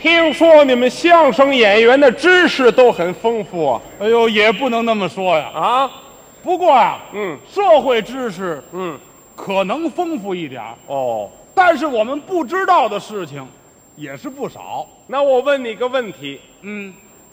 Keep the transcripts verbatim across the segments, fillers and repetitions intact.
听说你们相声演员的知识都很丰富啊！ 哎呦，也不能那么说呀。 啊， 不过啊， 嗯社会知识嗯， 可能丰富一点儿， 哦， 但是我们不知道的事情也是不少。 那我问你个问题， 嗯，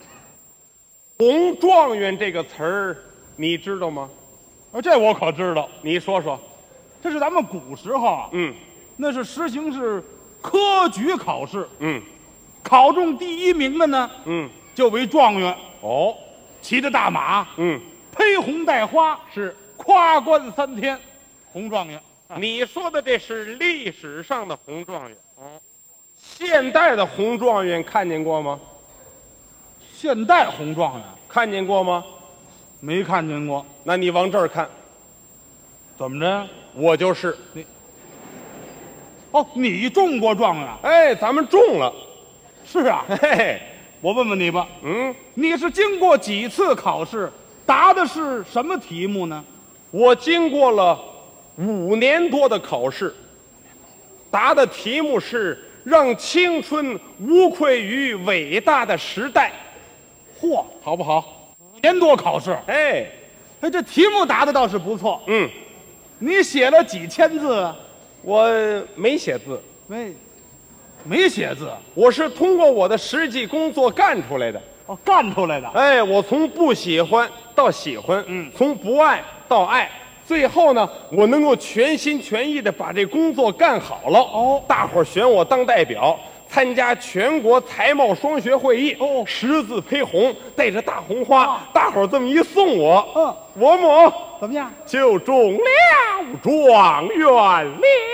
红状元这个词儿你知道吗？ 啊，这我可知道， 你说说。 这是咱们古时候啊， 嗯那是实行是科举考试， 嗯考中第一名的呢嗯， 就为状元， 哦， 骑着大马， 嗯， 披红戴花， 是夸冠三天，红状元。 你说的这是历史上的红状元。哦，现代的红状元看见过吗？ 现代红状元看见过吗？ 没看见过， 那你往这儿看， 怎么着？ 我就是。 哦，你中过状元？ 哎，咱们中了。 是啊， 嘿嘿， 我问问你吧， 嗯， 你是经过几次考试，答的是什么题目呢？ 我经过了五年多的考试，答的题目是让青春无愧于伟大的时代， 嚯，好不好？五年多考试， 哎， 哎，这题目答的倒是不错。 嗯， 你写了几千字啊？ 我没写字， 没，没写字。 我是通过我的实际工作干出来的。 哦，干出来的。 哎，我从不喜欢到喜欢， 嗯从不爱到爱，最后呢，我能够全心全意的把这工作干好了。 哦大伙儿选我当代表，参加全国才貌双学会议。 哦十字披红，带着大红花， 啊大伙儿这么一送我， 嗯， 我么怎么样？ 就中了状元了。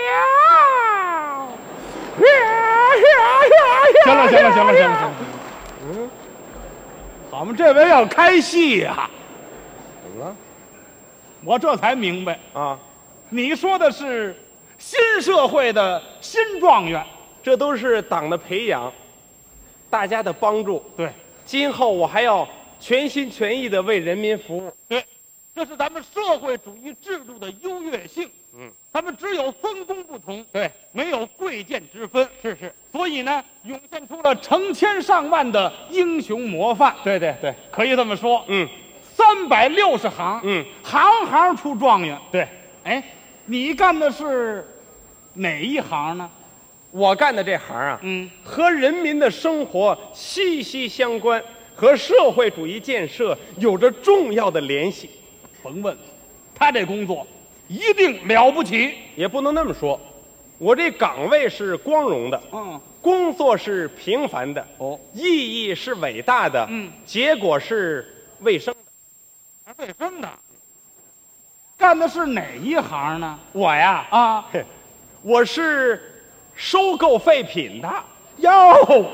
行了，行了，行了，行了，行了。嗯，我们这位要开戏呀、 怎么了？ 我这才明白， 啊， 你说的是新社会的新状元。 这都是党的培养，大家的帮助。 对， 今后我还要全心全意的为人民服务。 对，这是咱们社会主义制度的优越性。 嗯， 咱们只有分工不同， 对， 没有贵贱之分。是是，所以呢，涌现出了成千上万的英雄模范。 对对对， 可以这么说。 嗯三百六十行， 嗯， 行行出状元。 对， 哎，你干的是哪一行呢？ 我干的这行啊， 嗯， 和人民的生活息息相关，和社会主义建设有着重要的联系。 甭问，他这工作一定了不起。 也不能那么说，我这岗位是光荣的， 嗯， 工作是平凡的， 哦， 意义是伟大的， 嗯， 结果是卫生的。 还卫生的。干的是哪一行呢？ 我呀， 啊， 嘿，我是收购废品的。 哟，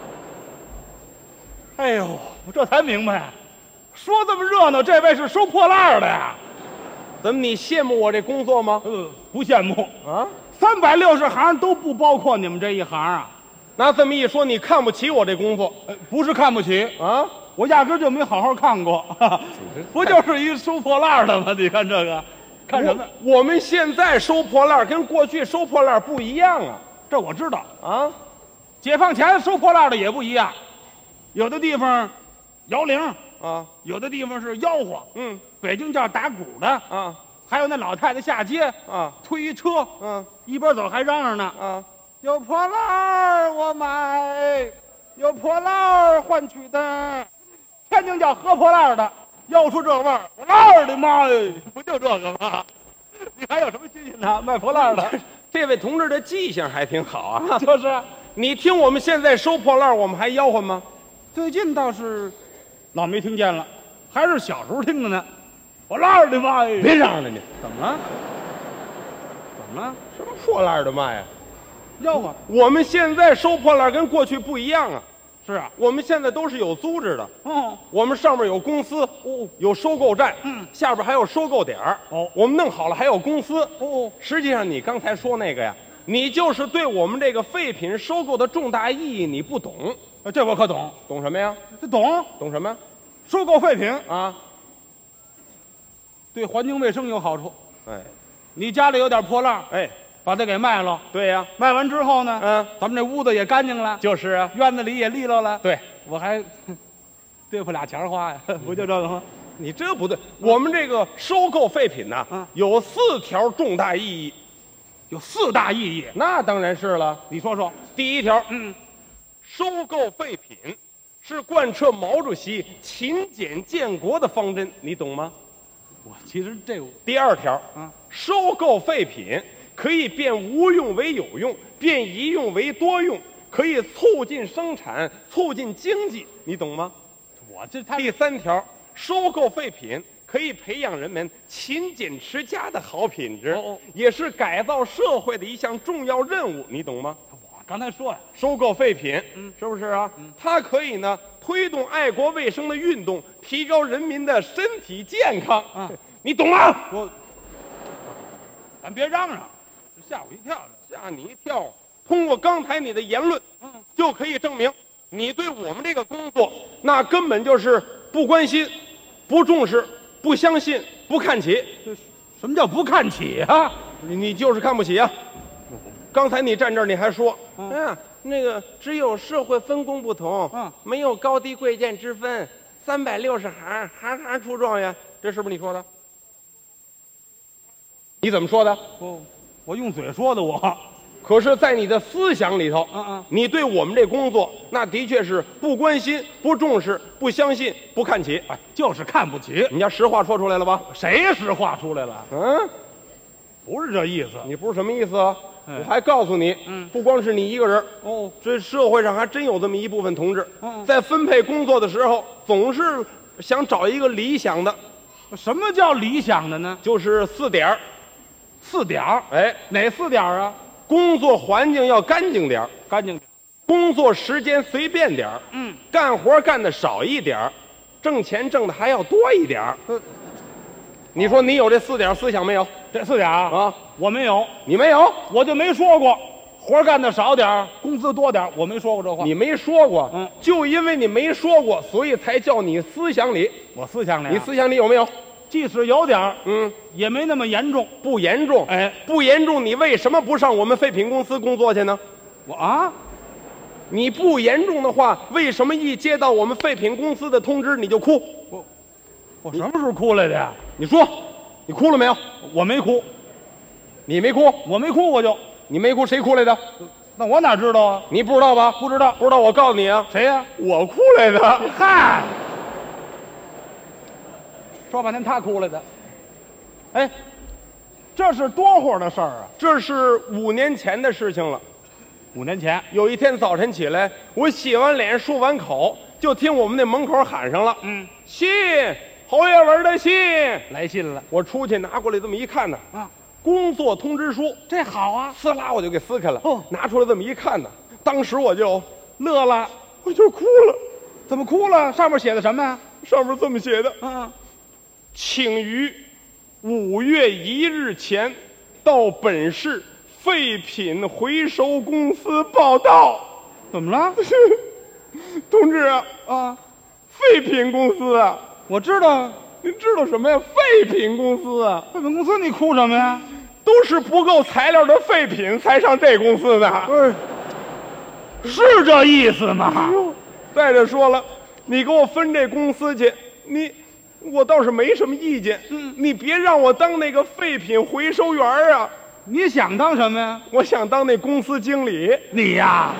哎呦，我这才明白，说这么热闹，这位是收破烂儿的呀？ 怎么你羡慕我这工作吗？ 呃，不羡慕。 啊， 三百六十行都不包括你们这一行啊？ 那这么一说，你看不起我这工作呃，不是看不起， 啊？ 我压根儿就没好好看过，不就是一收破烂儿的吗？你看这个，看什么？ 我？我们现在收破烂跟过去收破烂不一样啊！ 这我知道， 啊， 解放前收破烂的也不一样，有的地方摇铃， 啊， 有的地方是吆喝， 嗯， 北京叫打鼓的， 啊， 还有那老太太下街啊， 推一车， 嗯， 一边走还嚷嚷呢， 啊， 有破烂儿我买，有破烂儿换取的。天津叫喝破烂儿的，要出这味儿，我二的妈呀，不就这个吗？你还有什么新鲜的卖破烂儿的？ 这位同志的记性还挺好啊！ 就是你听我们现在收破烂，我们还吆喝吗？ 最近倒是老没听见了，还是小时候听的呢。我二的妈呀！ 别嚷嚷了你， 怎么了？怎么了？ 什么破烂的卖呀？ 吆喝我们现在收破烂跟过去不一样啊！ 是啊， 我们现在都是有组织的， 哦， 我们上面有公司， 哦， 有收购站， 嗯， 下边还有收购点儿， 哦我们弄好了还有公司， 哦， 实际上你刚才说那个呀，你就是对我们这个废品收购的重大意义你不懂， 这我可懂， 懂什么呀？ 这懂。 懂什么收购废品啊？ 对环境卫生有好处。 哎你家里有点破烂， 哎， 把它给卖了。 对呀、 卖完之后呢， 嗯， 咱们这屋子也干净了， 就是啊， 院子里也利落了。 对， 我还对付俩钱花呀，不就这个吗？ 你这不对。我们这个收购废品呢， 嗯有四条重大意义。 有四大意义， 那当然是了。 你说说。 第一条， 嗯， 收购废品是贯彻毛主席勤俭建国的方针，你懂吗？ 我其实这第二条， 啊， 收购废品可以变无用为有用，变一用为多用，可以促进生产，促进经济，你懂吗？ 我这他第三条，收购废品可以培养人们勤俭持家的好品质， 哦哦也是改造社会的一项重要任务，你懂吗？ 我刚才说呀， 收购废品， 嗯是不是啊？它可以呢推动爱国卫生的运动，提高人民的身体健康， 啊， 你懂吗？ 我咱别嚷嚷，吓我一跳。 吓你一跳！通过刚才你的言论， 嗯， 就可以证明你对我们这个工作那根本就是不关心、不重视、不相信、不看起。 什么叫不看起啊？ 你你就是看不起啊！刚才你站这儿，你还说， 嗯嗯，那个只有社会分工不同， 嗯， 没有高低贵贱之分，三百六十行，行行出状元，这是不是你说的？你怎么说的？ 我我用嘴说的我。 可是，在你的思想里头， 嗯嗯， 你对我们这工作，那的确是不关心、不重视、不相信、不看起。 哎，就是看不起。 你家实话说出来了吧？ 谁实话出来了？ 嗯， 不是这意思。 你不是什么意思啊？ 嗯我还告诉你， 嗯不光是你一个人， 哦， 这社会上还真有这么一部分同志， 嗯在分配工作的时候，总是想找一个理想的， 什么叫理想的呢？ 就是四点儿。 四点儿。 哎， 哪四点儿啊？ 工作环境要干净点儿， 干净点儿。 工作时间随便点儿， 嗯， 干活干的少一点儿，挣钱挣的还要多一点儿。 呃你说你有这四点思想没有？ 这四点儿啊， 啊， 我没有， 你没有， 我就没说过，活干的少点儿，工资多点儿，我没说过这话。 你没说过。 嗯， 就因为你没说过，所以才叫你思想里。 我思想里啊， 你思想里有没有？ 即使有点儿， 嗯， 也没那么严重。 不严重。 哎， 不严重，你为什么不上我们废品公司工作去呢？ 我啊， 你不严重的话，为什么一接到我们废品公司的通知你就哭？ 我什么时候哭来的呀？ 你说，你哭了没有？ 我没哭， 你没哭， 我没哭，我就你没哭，谁哭来的？ 那我哪知道啊？ 你不知道吧？ 不知道不知道，我告诉你啊， 谁呀、 我哭来的。 嗨，说半天他哭来的。哎，这是多会儿的事儿啊？ 这是五年前的事情了。 五年前。 有一天早晨起来，我洗完脸、漱完口，就听我们那门口喊上了嗯， “信，侯爷文的信”。 来信了我出去拿过来，这么一看呢， 啊， 工作通知书， 这好啊。 呲啦我就给撕开了。 哦拿出来这么一看呢，当时我就乐了， 我就哭了。 怎么哭了？上面写的什么呀？ 上面这么写的： 嗯， 请于五月一日前到本市废品回收公司报到。 怎么了？ 同志啊， 啊， 废品公司啊， 我知道， 您知道什么呀？废品公司啊， 废品公司你哭什么呀？ 都是不够材料的废品才上这公司的。 不是，是这意思吗？ 再者说了，你给我分这公司去，你我倒是没什么意见。 嗯你别让我当那个废品回收员啊！ 你想当什么呀？ 我想当那公司经理。 你呀，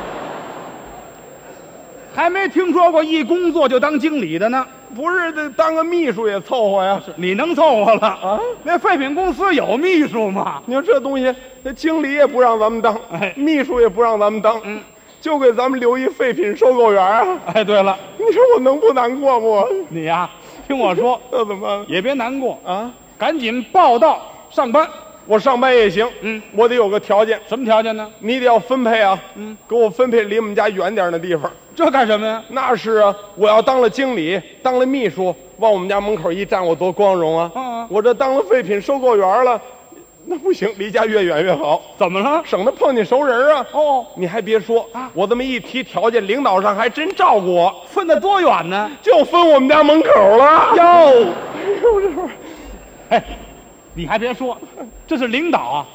还没听说过一工作就当经理的呢。 不是，这当个秘书也凑合呀。 你能凑合了啊？ 那废品公司有秘书吗？ 你说这东西，这经理也不让咱们当， 哎秘书也不让咱们当， 嗯， 就给咱们留一废品收购员啊！ 哎，对了， 你说我能不难过不？ 你呀，听我说， 那怎么也别难过， 啊？ 赶紧报到上班。 我上班也行， 嗯， 我得有个条件， 什么条件呢？ 你得要分配啊， 嗯， 给我分配离我们家远点的地方。 这干什么呀？ 那是啊，我要当了经理，当了秘书，往我们家门口一站，我多光荣啊！ 嗯嗯我这当了废品收购员了，那不行，离家越远越好， 怎么了？ 省得碰见熟人啊。 哦， 你还别说啊我这么一提条件，领导上还真照顾我， 分得多远呢？ 就分我们家门口了。 哟， 哎呦，这会儿哎，你还别说，这是领导啊，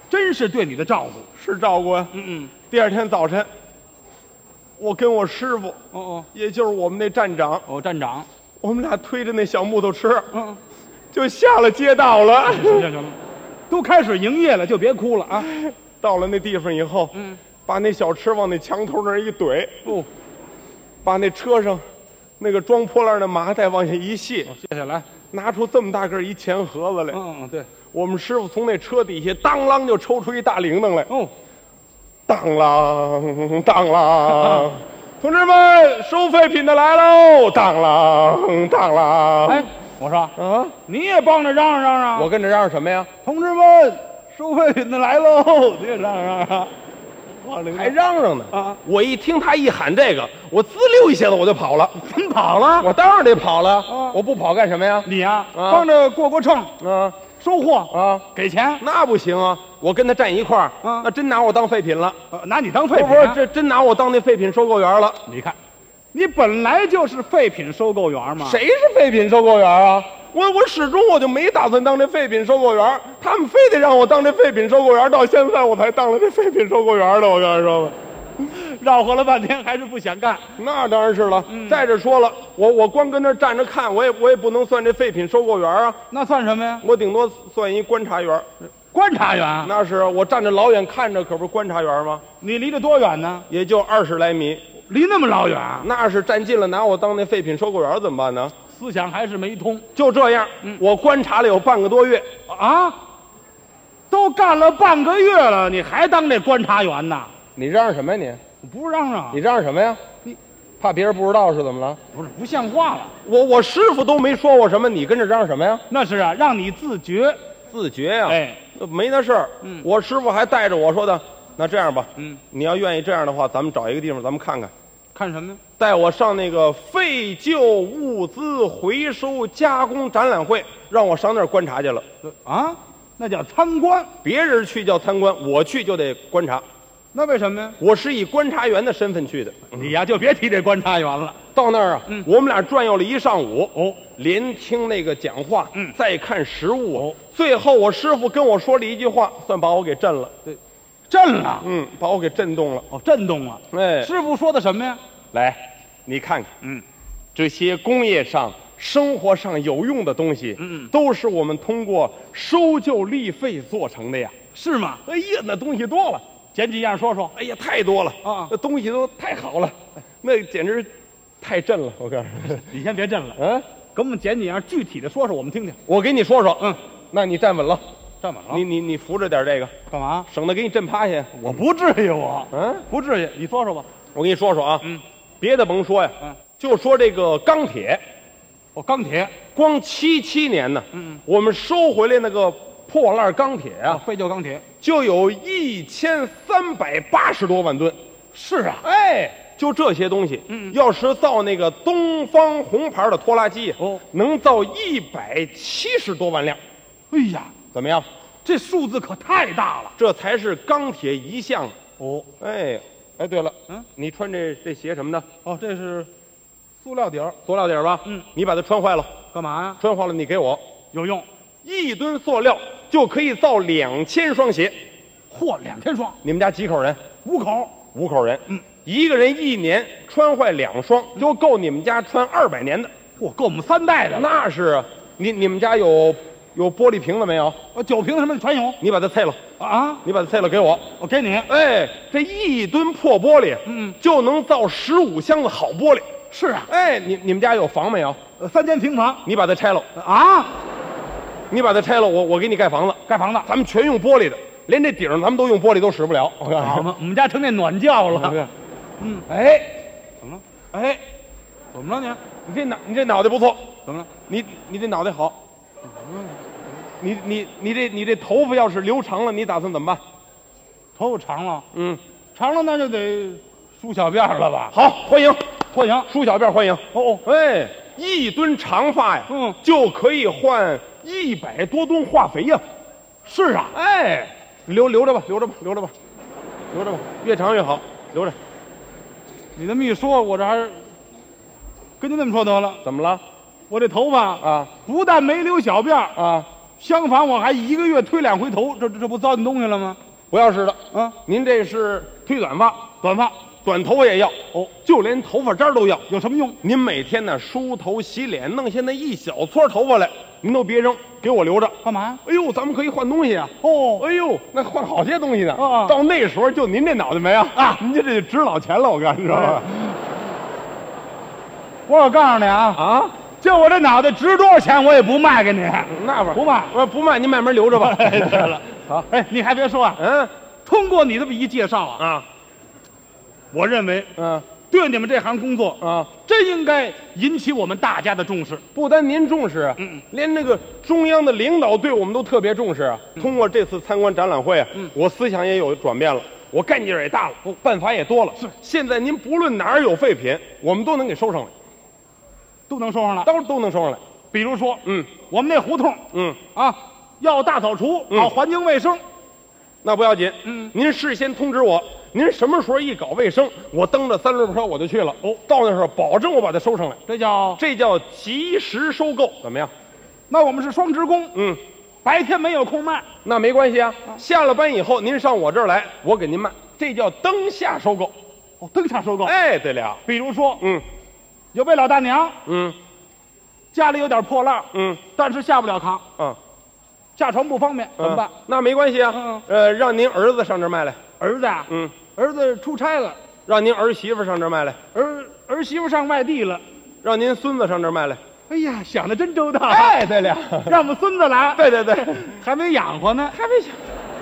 真是对你的照顾。 是照顾呀。 嗯嗯， 第二天早晨，我跟我师傅， 哦哦也就是我们那站长， 哦，站长， 我们俩推着那小木头车， 嗯， 就下了街道了。 行行行了，都开始营业了，就别哭了啊。 到了那地方以后， 嗯， 把那小车往那墙头那儿一怼， 哦， 把那车上那个装破烂的麻袋往下一卸， 卸下来。 拿出这么大个儿一钱盒子来。 嗯嗯，对。 我们师傅从那车底下当啷就抽出一大铃铛来， 哦， 当啷当啷，同志们，收废品的来喽！当啷当啷。 哎，我说啊， 你也帮着嚷嚷嚷嚷。 我跟着嚷嚷什么呀？ 同志们，收废品的来喽！你也嚷嚷嚷嚷。 还嚷嚷呢啊！ 我一听他一喊这个，我滋溜一下子我就跑了。 真跑了？ 我当然得跑了。 啊我不跑干什么呀？ 你呀， 啊帮着过过秤， 啊收货啊， 给钱， 那不行啊！我跟他站一块儿， 啊那真拿我当废品了。 呃拿你当废不是， 品啊。 这真拿我当那废品收购员了。 你看，你本来就是废品收购员嘛。 谁是废品收购员啊？我我始终我就没打算当这废品收购员，他们非得让我当这废品收购员，到现在我才当了这废品收购员的。我跟你说吧， 绕合了半天还是不想干。 那当然是了。 嗯再者说了，我我光跟那儿站着看，我也我也不能算这废品收购员啊， 那算什么呀？ 我顶多算一观察员。 观察员。 那是我站着老远看着，可不是观察员吗？ 你离得多远呢？ 也就二十来米， 离那么老远， 那是站近了，拿我当那废品收购员怎么办呢？ 思想还是没通就这样， 嗯我观察了有半个多月。 啊！都干了半个月了，你还当这观察员呢？ 你嚷嚷什么呀你？ 不嚷嚷， 你嚷嚷什么呀？ 你怕别人不知道是怎么了？ 不是不像话了。 我我师傅都没说我什么，你跟着嚷嚷什么呀？ 那是啊，让你自觉。 自觉呀、 哎， 呃没那事儿。 嗯我师傅还带着我说的，那这样吧， 嗯， 你要愿意这样的话，咱们找一个地方，咱们看看， 看什么呀？ 带我上那个废旧物资回收加工展览会，让我上那儿观察去了。 啊，那叫参观。 别人去叫参观，我去就得观察。 那为什么呀？ 我是以观察员的身份去的。 你呀，就别提这观察员了。 到那儿啊， 嗯我们俩转悠了一上午， 哦， 连听那个讲话， 嗯再看实物， 哦最后我师傅跟我说了一句话，算把我给震了， 震了。 嗯，把我给震动了。 哦，震动了。 哎， 师傅说的什么呀？ 来，你看看嗯这些工业上、生活上有用的东西， 嗯嗯都是我们通过收旧立废做成的呀。 是吗？ 哎呀，那东西多了， 捡几样说说。 哎呀，太多了啊那东西都太好了，那简直太震了。我告诉你， 你先别震了， 嗯， 给我们捡几样具体的说说，我们听听。 我给你说说， 嗯， 那你站稳了， 站稳了。 你你你扶着点这个， 干嘛？ 省得给你震趴下。 我不至于，我嗯， 不至于。你说说吧。 我跟你说说啊， 嗯， 别的甭说呀， 嗯， 就说这个钢铁， 哦，钢铁。 光七七年呢， 嗯嗯， 我们收回来那个破烂钢铁啊， 啊， 废旧钢铁。 就有一千三百八十多万吨。 是啊。 哎，就这些东西， 嗯要是造那个东方红牌的拖拉机， 哦， 能造一百七十多万辆， 哎呀， 怎么样？ 这数字可太大了。 这才是钢铁一项。 哦哎，哎，对了， 嗯， 你穿这这鞋什么的？ 哦，这是塑料底儿。 塑料底儿吧？ 嗯， 你把它穿坏了， 干嘛呀？ 穿坏了你给我。 有用。 一吨塑料就可以造两千双鞋。 嚯，两千双， 你们家几口人？ 五口。 五口人。 嗯， 一个人一年穿坏两双，就够你们家穿二百年的。 嚯，够我们三代的了。 那是啊，你你们家有有玻璃瓶子没有？ 呃，酒瓶什么的全有你把它拆了， 啊？ 你把它拆了给我。 我给你。 哎，这一吨破玻璃， 嗯， 就能造十五箱子好玻璃。 是啊。 哎，你你们家有房没有？ 呃，三间平房。 你把它拆了， 啊？ 你把它拆了，我我给你盖房子。 盖房子。 咱们全用玻璃的，连这顶儿咱们都用玻璃都使不了。我告诉你， 好嘛，我们家成那暖窖了。 嗯，哎， 怎么了？ 哎， 怎么了你？ 你这脑你这脑袋不错， 怎么了？ 你你这脑袋好。你你你这你这头发要是留长了，你打算怎么办？ 头发长了， 嗯， 长了那就得梳小辫儿了吧？ 好，欢迎欢迎。 梳小辫，欢迎。 哦哦， 哎，一吨长发呀， 嗯， 就可以换一百多吨化肥呀。 是啊。 哎，留留着吧，留着吧，留着吧，留着吧，越长越好，留着。 你这么一说，我这还是跟您这么说得了。 怎么了？ 我这头发啊不但没留小辫儿， 啊， 相反，我还一个月推两回头，这这这不糟践东西了吗？ 不要似的。 啊， 您这是推短发， 短发短头发也要哦，就连头发渣都要。 有什么用？ 您每天呢梳头洗脸，弄下那一小撮头发来，您都别扔，给我留着。 干嘛？ 哎呦，咱们可以换东西啊！ 哦， 哎呦，那换好些东西呢。 啊到那时候就您这脑袋没啊啊，您这就值老钱了，我告诉你知道吧？ 我告诉你啊啊， 就我这脑袋值多少钱，我也不卖给你。 那不不卖， 我不卖，您慢慢留着吧。 哎，对了， 好， 哎，你还别说啊， 嗯通过你这么一介绍啊， 啊我认为嗯对你们这行工作啊， 真应该引起我们大家的重视。 不单您重视， 嗯， 连那个中央的领导对我们都特别重视啊。通过这次参观展览会啊， 嗯我思想也有转变了，我干劲儿也大了，办法也多了。 是， 现在您不论哪儿有废品，我们都能给收上来， 都能说上来。 都都能收上来。 比如说， 嗯我们那胡同嗯， 啊，要大扫除， 嗯搞环境卫生。 那不要紧， 嗯， 您事先通知我，您什么时候一搞卫生，我蹬着三轮车我就去了。哦，到那时候保证我把它收上来， 这叫这叫及时收购，怎么样？ 那我们是双职工， 嗯， 白天没有空卖。 那没关系啊。下了班以后，您上我这儿来，我给您卖，这叫灯下收购。 哦，灯下收购。 哎，对了， 比如说， 嗯有位老大娘嗯家里有点破烂， 嗯但是下不了炕， 嗯， 下床不方便，怎么办？ 嗯那没关系啊。 嗯呃，让您儿子上这儿卖来。 儿子啊， 嗯， 儿子出差了， 让您儿媳妇上这儿卖来， 儿儿媳妇上外地了。 让您孙子上这儿卖来。 哎呀，想的真周到。 哎，对了， 让我们孙子来， 对对对， 还没养活呢。 还没想，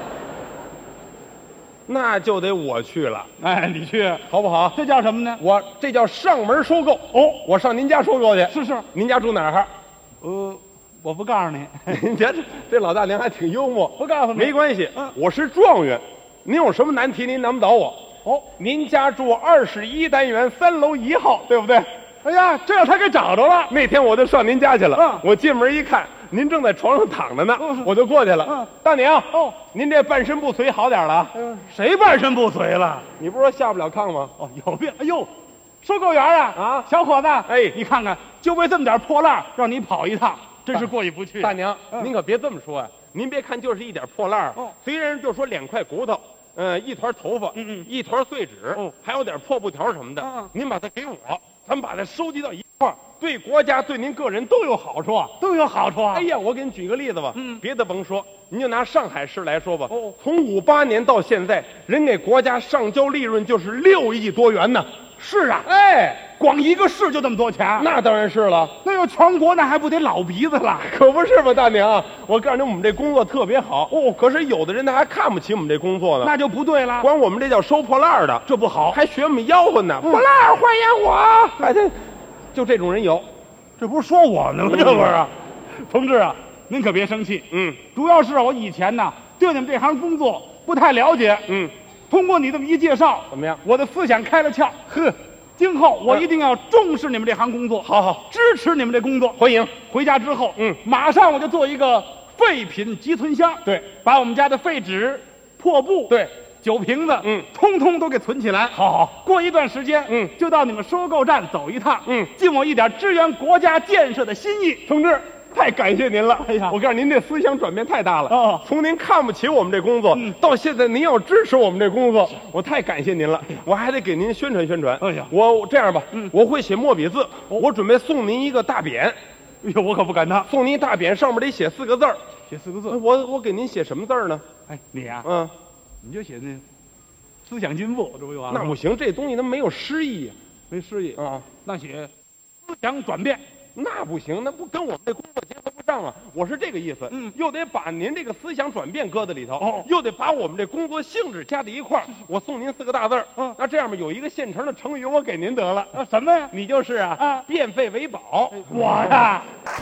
那就得我去了， 哎，你去， 好不好？ 这叫什么呢？ 我这叫上门收购哦，我上您家收购去。 是是， 您家住哪儿？ 呃，我不告诉你， 您瞧这这老大娘还挺幽默。 不告诉你。 没关系， 嗯我是状元，您有什么难题您难不倒我。 哦， 您家住二十一单元三楼一号，对不对？ 哎呀，这让他给找着了。 那天我就上您家去了， 嗯我进门一看，您正在床上躺着呢， 嗯我就过去了。 嗯大娘， 哦， 您这半身不遂好点了啊？ 嗯，谁半身不遂了？ 你不是说下不了炕吗？ 哦，有病！哎呦，收购员啊啊小伙子， 哎你看看，就为这么点破烂，让你跑一趟，真是过意不去。 大娘， 嗯您可别这么说啊！您别看就是一点破烂儿哦虽然就说两块骨头，呃，一团头发， 嗯嗯一团碎纸， 哦还有点破布条什么的， 嗯嗯您把它给我，咱们把它收集到一块儿，对国家对您个人都有好处啊！ 都有好处啊。 哎呀，我给你举个例子吧， 嗯别的甭说，您就拿上海市来说吧， 哦从五八年到现在，人给国家上交利润就是六亿多元呢。 是啊， 哎， 光一个市就这么多钱， 那当然是了。 那要全国那还不得老鼻子了？ 可不是嘛，大娘，我告诉你，我们这工作特别好哦。可是有的人他还看不起我们这工作呢， 那就不对了， 管我们这叫收破烂儿的， 这不好。 还学我们吆喝呢， 嗯破烂儿换烟火，哎，这就这种人有。 这不是说我呢吗？这不是啊，同志啊，您可别生气。 嗯主要是我以前呢对你们这行工作不太了解， 嗯， 通过你这么一介绍， 怎么样？ 我的思想开了窍。 呵， 今后我一定要重视你们这行工作， 好好支持你们这工作。 欢迎。 回家之后， 嗯马上我就做一个废品集存箱， 对， 把我们家的废纸、破布、 对， 酒瓶子， 嗯通通都给存起来。 好好。 过一段时间， 嗯就到你们收购站走一趟， 嗯尽我一点支援国家建设的心意。 同志，太感谢您了！ 哎呀我告诉您，这思想转变太大了。 哦从您看不起我们这工作， 嗯到现在您要支持我们这工作，我太感谢您了。我还得给您宣传宣传。 哎呀我这样吧， 嗯我会写墨笔字，我准备送您一个大匾， 哎呦，我可不敢当。 送您一大匾，上面得写四个字儿。 写四个字。 我我给您写什么字儿呢？ 哎，你呀、 嗯， 你就写那思想进步，这不就完了吗？ 那不行，这东西它没有诗意没诗意， 啊。 那写思想转变。 那不行，那不跟我们这工作结合不上啊！我是这个意思， 嗯又得把您这个思想转变搁在里头， 哦又得把我们这工作性质加在一块儿。我送您四个大字儿， 嗯那这样吧，有一个现成的成语，我给您得了， 啊，什么呀？ 你就是啊， 啊变废为宝。 我呀，